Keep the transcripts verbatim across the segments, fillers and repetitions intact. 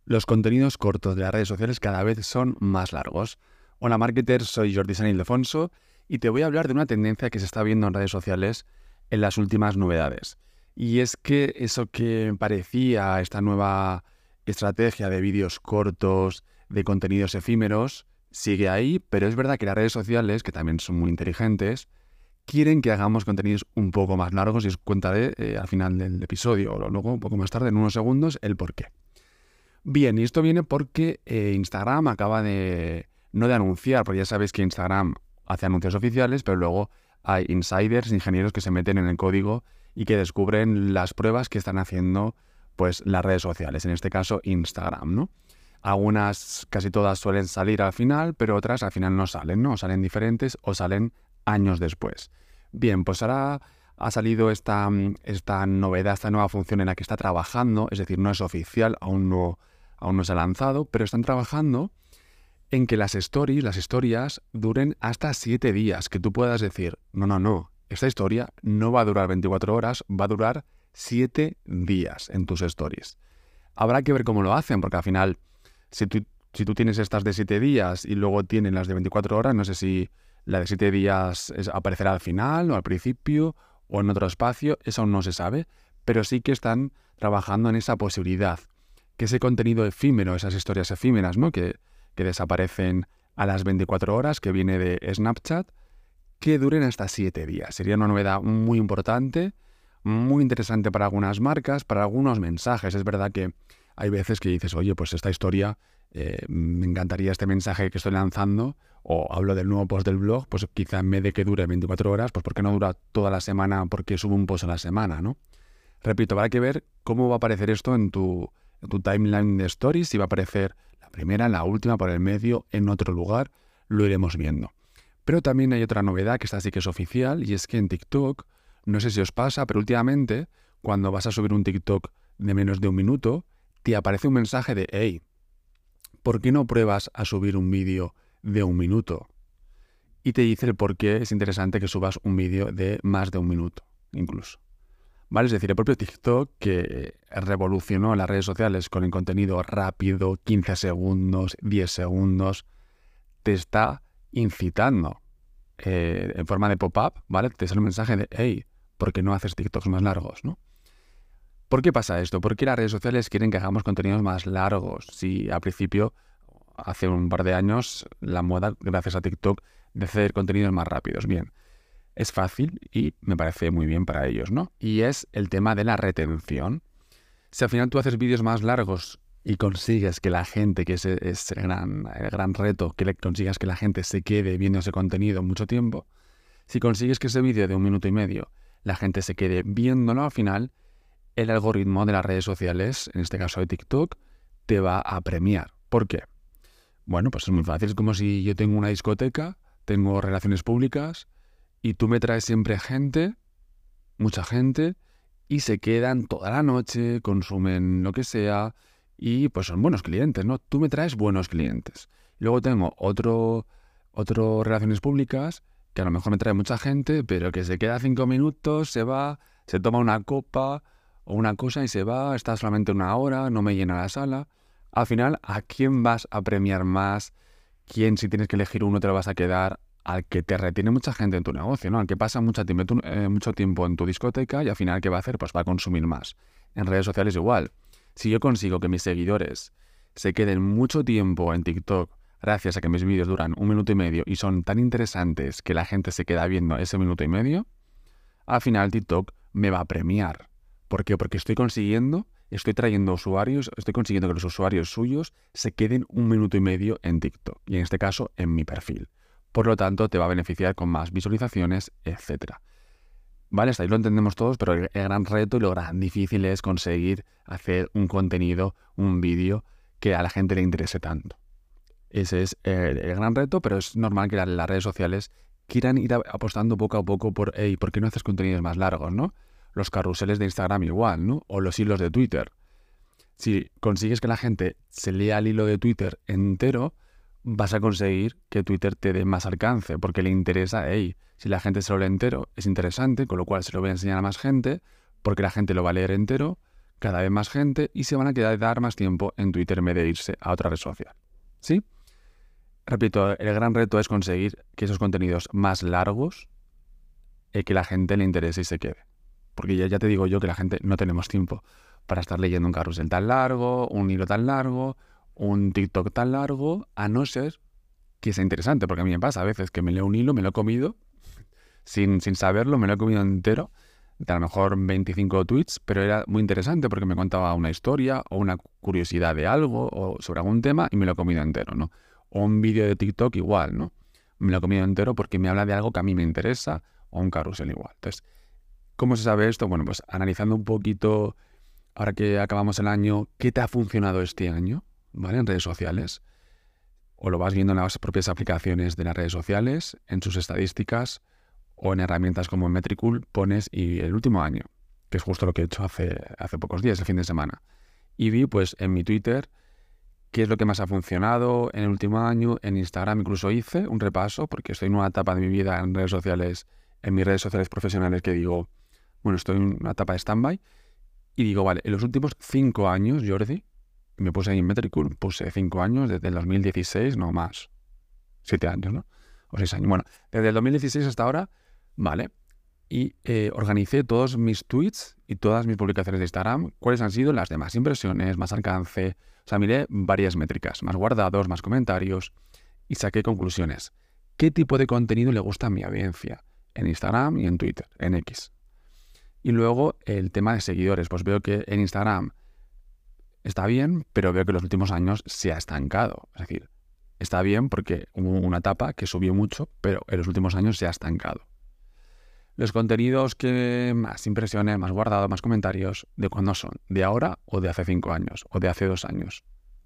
Los contenidos cortos de las redes sociales cada vez son más largos. Hola marketers, soy Jordi San Ildefonso y te voy a hablar de una tendencia que se está viendo en redes sociales en las últimas novedades. Y es que eso que parecía esta nueva estrategia de vídeos cortos, de contenidos efímeros, sigue ahí, pero es verdad que las redes sociales, que también son muy inteligentes, quieren que hagamos contenidos un poco más largos y os contaré eh, al final del episodio o luego un poco más tarde, en unos segundos, el por qué. Bien, y esto viene porque eh, Instagram acaba de, no de anunciar, porque ya sabéis que Instagram hace anuncios oficiales, pero luego hay insiders, ingenieros que se meten en el código y que descubren las pruebas que están haciendo pues las redes sociales, en este caso Instagram, ¿no? Algunas, casi todas suelen salir al final, pero otras al final no salen, ¿no? O salen diferentes o salen años después. Bien, pues ahora ha salido esta, esta novedad, esta nueva función en la que está trabajando, es decir, no es oficial, aún no... aún no se ha lanzado, pero están trabajando en que las stories, las historias, duren hasta siete días. Que tú puedas decir, no, no, no, esta historia no va a durar veinticuatro horas, va a durar siete días en tus stories. Habrá que ver cómo lo hacen, porque al final, si tú, si tú tienes estas de siete días y luego tienes las de veinticuatro horas, no sé si la de siete días es, aparecerá al final o al principio o en otro espacio, eso aún no se sabe, pero sí que están trabajando en esa posibilidad. Que ese contenido efímero, esas historias efímeras, ¿no? que, que desaparecen a las veinticuatro horas, que viene de Snapchat, que duren hasta siete días. Sería una novedad muy importante, muy interesante para algunas marcas, para algunos mensajes. Es verdad que hay veces que dices, oye, pues esta historia, eh, me encantaría este mensaje que estoy lanzando, o hablo del nuevo post del blog, pues quizá en vez de que dure veinticuatro horas, pues ¿por qué no dura toda la semana? Porque subo un post a la semana, ¿no? Repito, habrá que ver cómo va a aparecer esto en tu... tu timeline de stories, si va a aparecer la primera, la última, por el medio, en otro lugar, lo iremos viendo. Pero también hay otra novedad que esta sí que es oficial, y es que en TikTok, no sé si os pasa, pero últimamente, cuando vas a subir un TikTok de menos de un minuto, te aparece un mensaje de, hey, ¿por qué no pruebas a subir un vídeo de un minuto? Y te dice el por qué es interesante que subas un vídeo de más de un minuto, incluso. ¿Vale? Es decir, el propio TikTok, que revolucionó las redes sociales con el contenido rápido, quince segundos, diez segundos, te está incitando eh, en forma de pop-up, ¿vale? Te sale un mensaje de, hey, ¿por qué no haces TikToks más largos, no? ¿Por qué pasa esto? ¿Por qué las redes sociales quieren que hagamos contenidos más largos? Si al principio, hace un par de años, la moda, gracias a TikTok, de hacer contenidos más rápidos. Bien. Es fácil y me parece muy bien para ellos, ¿no? Y es el tema de la retención. Si al final tú haces vídeos más largos y consigues que la gente, que ese es el gran, el gran reto, que le consigas que la gente se quede viendo ese contenido mucho tiempo, si consigues que ese vídeo de un minuto y medio la gente se quede viéndolo, al final el algoritmo de las redes sociales, en este caso de TikTok, te va a premiar. ¿Por qué? Bueno, pues es muy fácil. Es como si yo tengo una discoteca, tengo relaciones públicas, y tú me traes siempre gente, mucha gente, y se quedan toda la noche, consumen lo que sea, y pues son buenos clientes, ¿no? Tú me traes buenos clientes. Luego tengo otro, otro relaciones públicas, que a lo mejor me trae mucha gente, pero que se queda cinco minutos, se va, se toma una copa o una cosa y se va, está solamente una hora, no me llena la sala. Al final, ¿a quién vas a premiar más? ¿Quién, si tienes que elegir uno, te lo vas a quedar? Al que te retiene mucha gente en tu negocio, ¿no? Al que pasa mucho tiempo, eh, mucho tiempo en tu discoteca y al final, ¿qué va a hacer? Pues va a consumir más. En redes sociales igual. Si yo consigo que mis seguidores se queden mucho tiempo en TikTok gracias a que mis vídeos duran un minuto y medio y son tan interesantes que la gente se queda viendo ese minuto y medio, al final TikTok me va a premiar. ¿Por qué? Porque estoy consiguiendo, estoy trayendo usuarios, estoy consiguiendo que los usuarios suyos se queden un minuto y medio en TikTok. Y en este caso, en mi perfil. Por lo tanto, te va a beneficiar con más visualizaciones, etcétera. Vale, hasta ahí lo entendemos todos, pero el, el gran reto y lo gran difícil es conseguir hacer un contenido, un vídeo que a la gente le interese tanto. Ese es el, el gran reto, pero es normal que la, las redes sociales quieran ir a, apostando poco a poco por, hey, ¿por qué no haces contenidos más largos, no? Los carruseles de Instagram igual, ¿no? O los hilos de Twitter. Si consigues que la gente se lea el hilo de Twitter entero, vas a conseguir que Twitter te dé más alcance, porque le interesa, hey, si la gente se lo lee entero, es interesante, con lo cual se lo voy a enseñar a más gente, porque la gente lo va a leer entero, cada vez más gente y se van a quedar más tiempo en Twitter en vez de irse a otra red social. ¿Sí? Repito, el gran reto es conseguir que esos contenidos más largos, eh, que la gente le interese y se quede. Porque ya, ya te digo yo que la gente no tenemos tiempo para estar leyendo un carrusel tan largo, un hilo tan largo, un TikTok tan largo, a no ser que sea interesante, porque a mí me pasa a veces que me leo un hilo, me lo he comido, sin, sin saberlo, me lo he comido entero, de a lo mejor veinticinco tweets, pero era muy interesante porque me contaba una historia o una curiosidad de algo o sobre algún tema y me lo he comido entero, ¿no? O un vídeo de TikTok igual, ¿no? Me lo he comido entero porque me habla de algo que a mí me interesa o un carrusel igual. Entonces, ¿cómo se sabe esto? Bueno, pues analizando un poquito, ahora que acabamos el año, ¿qué te ha funcionado este año? ¿Vale? En redes sociales. O lo vas viendo en las propias aplicaciones de las redes sociales, en sus estadísticas o en herramientas como Metricool, pones y el último año, que es justo lo que he hecho hace, hace pocos días, el fin de semana. Y vi pues en mi Twitter qué es lo que más ha funcionado en el último año. En Instagram incluso hice un repaso porque estoy en una etapa de mi vida en redes sociales, en mis redes sociales profesionales que digo, bueno, estoy en una etapa de stand-by y digo, vale, en los últimos cinco años, Jordi, me puse ahí en Metricool, puse cinco años, desde el dos mil dieciséis, no más, siete años, ¿no? O seis años. Bueno, desde el dos mil dieciséis hasta ahora, vale. Y eh, organicé todos mis tweets y todas mis publicaciones de Instagram, cuáles han sido las de más impresiones, más alcance. O sea, miré varias métricas, más guardados, más comentarios y saqué conclusiones. ¿Qué tipo de contenido le gusta a mi audiencia? En Instagram y en Twitter, en X. Y luego el tema de seguidores, pues veo que en Instagram está bien, pero veo que en los últimos años se ha estancado. Es decir, está bien porque hubo una etapa que subió mucho, pero en los últimos años se ha estancado. Los contenidos que más impresiones, más guardados, más comentarios, ¿de cuándo son? ¿De ahora o de hace cinco años? ¿O de hace dos años?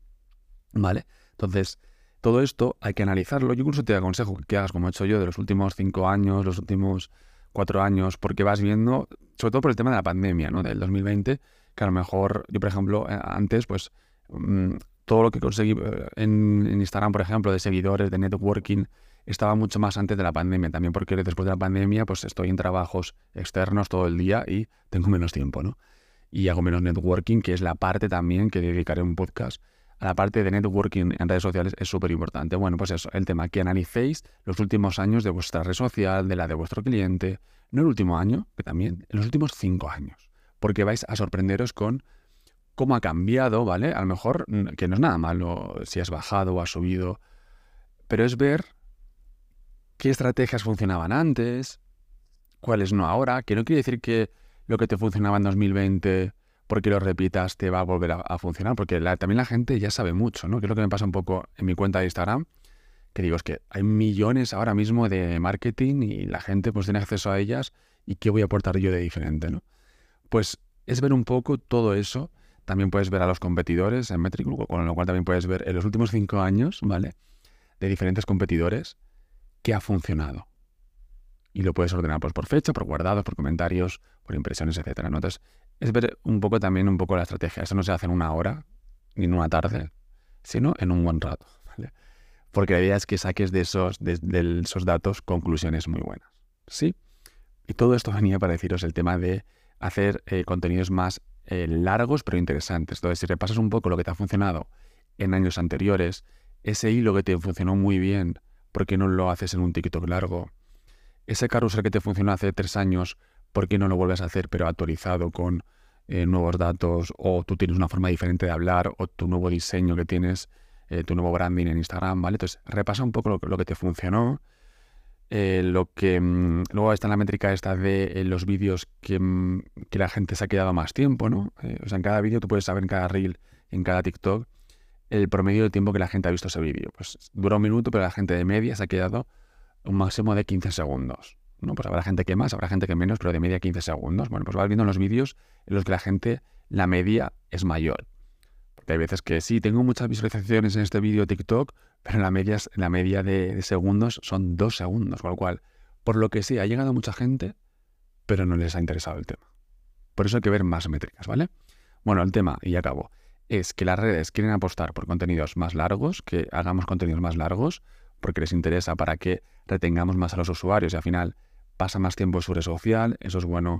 ¿Vale? Entonces, todo esto hay que analizarlo. Yo incluso te aconsejo que hagas como he hecho yo de los últimos cinco años, los últimos cuatro años, porque vas viendo, sobre todo por el tema de la pandemia, ¿no? Del dos mil veinte, que a lo mejor, yo por ejemplo, antes, pues, mmm, todo lo que conseguí en, en Instagram, por ejemplo, de seguidores, de networking, estaba mucho más antes de la pandemia, también porque después de la pandemia pues estoy en trabajos externos todo el día y tengo menos tiempo, ¿no? Y hago menos networking, que es la parte también que dedicaré un podcast. A la parte de networking en redes sociales es súper importante. Bueno, pues eso, el tema, que analicéis los últimos años de vuestra red social, de la de vuestro cliente, no el último año, que también, en los últimos cinco años, porque vais a sorprenderos con cómo ha cambiado, ¿vale? A lo mejor, que no es nada malo si has bajado o has subido, pero es ver qué estrategias funcionaban antes, cuáles no ahora, que no quiere decir que lo que te funcionaba en dos mil veinte, porque lo repitas, te va a volver a, a funcionar, porque la, también la gente ya sabe mucho, ¿no? Que es lo que me pasa un poco en mi cuenta de Instagram, que digo, es que hay millones ahora mismo de marketing y la gente pues tiene acceso a ellas y qué voy a aportar yo de diferente, ¿no? Pues es ver un poco todo eso. También puedes ver a los competidores en Metricool, con lo cual también puedes ver en los últimos cinco años, ¿vale? De diferentes competidores, qué ha funcionado. Y lo puedes ordenar pues, por fecha, por guardados, por comentarios, por impresiones, etcétera, ¿no? Entonces, es ver un poco también un poco la estrategia. Eso no se hace en una hora, ni en una tarde, sino en un buen rato, ¿vale? Porque la idea es que saques de esos, de, de esos datos conclusiones muy buenas, ¿sí? Y todo esto venía para deciros el tema de hacer eh, contenidos más eh, largos, pero interesantes. Entonces, si repasas un poco lo que te ha funcionado en años anteriores, ese hilo que te funcionó muy bien, ¿por qué no lo haces en un TikTok largo? Ese carrusel que te funcionó hace tres años, ¿por qué no lo vuelves a hacer pero actualizado con eh, nuevos datos? O tú tienes una forma diferente de hablar, o tu nuevo diseño que tienes, eh, tu nuevo branding en Instagram, ¿vale? Entonces, repasa un poco lo, lo que te funcionó. Eh, lo que mmm, luego está en la métrica esta de eh, los vídeos que, mmm, que la gente se ha quedado más tiempo, ¿no? Eh, o sea, en cada vídeo tú puedes saber en cada reel, en cada TikTok, el promedio de tiempo que la gente ha visto ese vídeo. Pues dura un minuto, pero la gente de media se ha quedado un máximo de quince segundos, ¿no? Pues habrá gente que más, habrá gente que menos, pero de media quince segundos. Bueno, pues vas viendo en los vídeos en los que la gente, la media es mayor. Porque hay veces que sí, tengo muchas visualizaciones en este vídeo TikTok, pero la media, la media de, de segundos son dos segundos, con lo cual, por lo que sí, ha llegado mucha gente, pero no les ha interesado el tema. Por eso hay que ver más métricas, ¿vale? Bueno, el tema, y ya acabo, es que las redes quieren apostar por contenidos más largos, que hagamos contenidos más largos, porque les interesa para que retengamos más a los usuarios y al final pasa más tiempo en su red social. Eso es bueno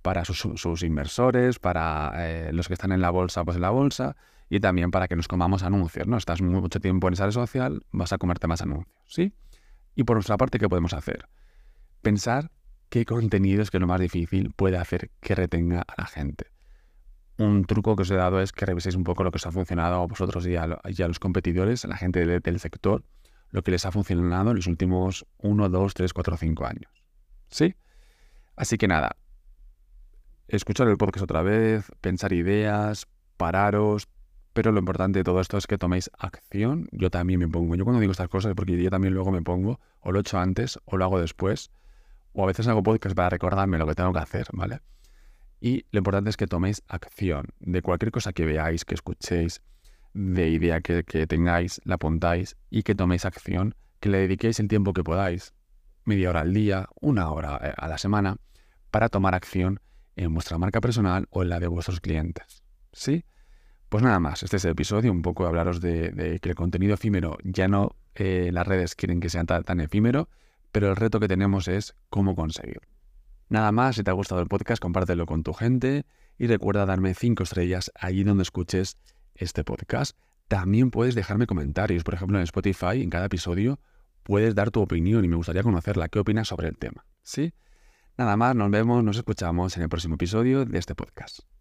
para sus, sus inversores, para eh, los que están en la bolsa, pues en la bolsa, y también para que nos comamos anuncios, ¿no? Estás mucho tiempo en esa red social, vas a comerte más anuncios, ¿sí? Y por nuestra parte, ¿qué podemos hacer? Pensar qué contenido es que lo más difícil puede hacer que retenga a la gente. Un truco que os he dado es que reviséis un poco lo que os ha funcionado a vosotros y a, y a los competidores, a la gente de, del sector, lo que les ha funcionado en los últimos uno, dos, tres, cuatro, cinco años. ¿Sí? Así que nada, escuchar el podcast otra vez, pensar ideas, pararos, pero lo importante de todo esto es que toméis acción. Yo también me pongo, yo cuando digo estas cosas es porque yo también luego me pongo, o lo he hecho antes, o lo hago después, o a veces hago podcast para recordarme lo que tengo que hacer, ¿vale? Y lo importante es que toméis acción de cualquier cosa que veáis, que escuchéis, de idea que, que tengáis, la apuntáis y que toméis acción, que le dediquéis el tiempo que podáis, media hora al día, una hora a la semana, para tomar acción en vuestra marca personal o en la de vuestros clientes. ¿Sí? Pues nada más, este es el episodio, un poco hablaros de, de que el contenido efímero ya no eh, las redes quieren que sea tan, tan efímero, pero el reto que tenemos es cómo conseguirlo. Nada más, si te ha gustado el podcast, compártelo con tu gente y recuerda darme cinco estrellas allí donde escuches este podcast. También puedes dejarme comentarios, por ejemplo en Spotify, en cada episodio puedes dar tu opinión y me gustaría conocerla. ¿Qué opinas sobre el tema? ¿Sí? Nada más, nos vemos, nos escuchamos en el próximo episodio de este podcast.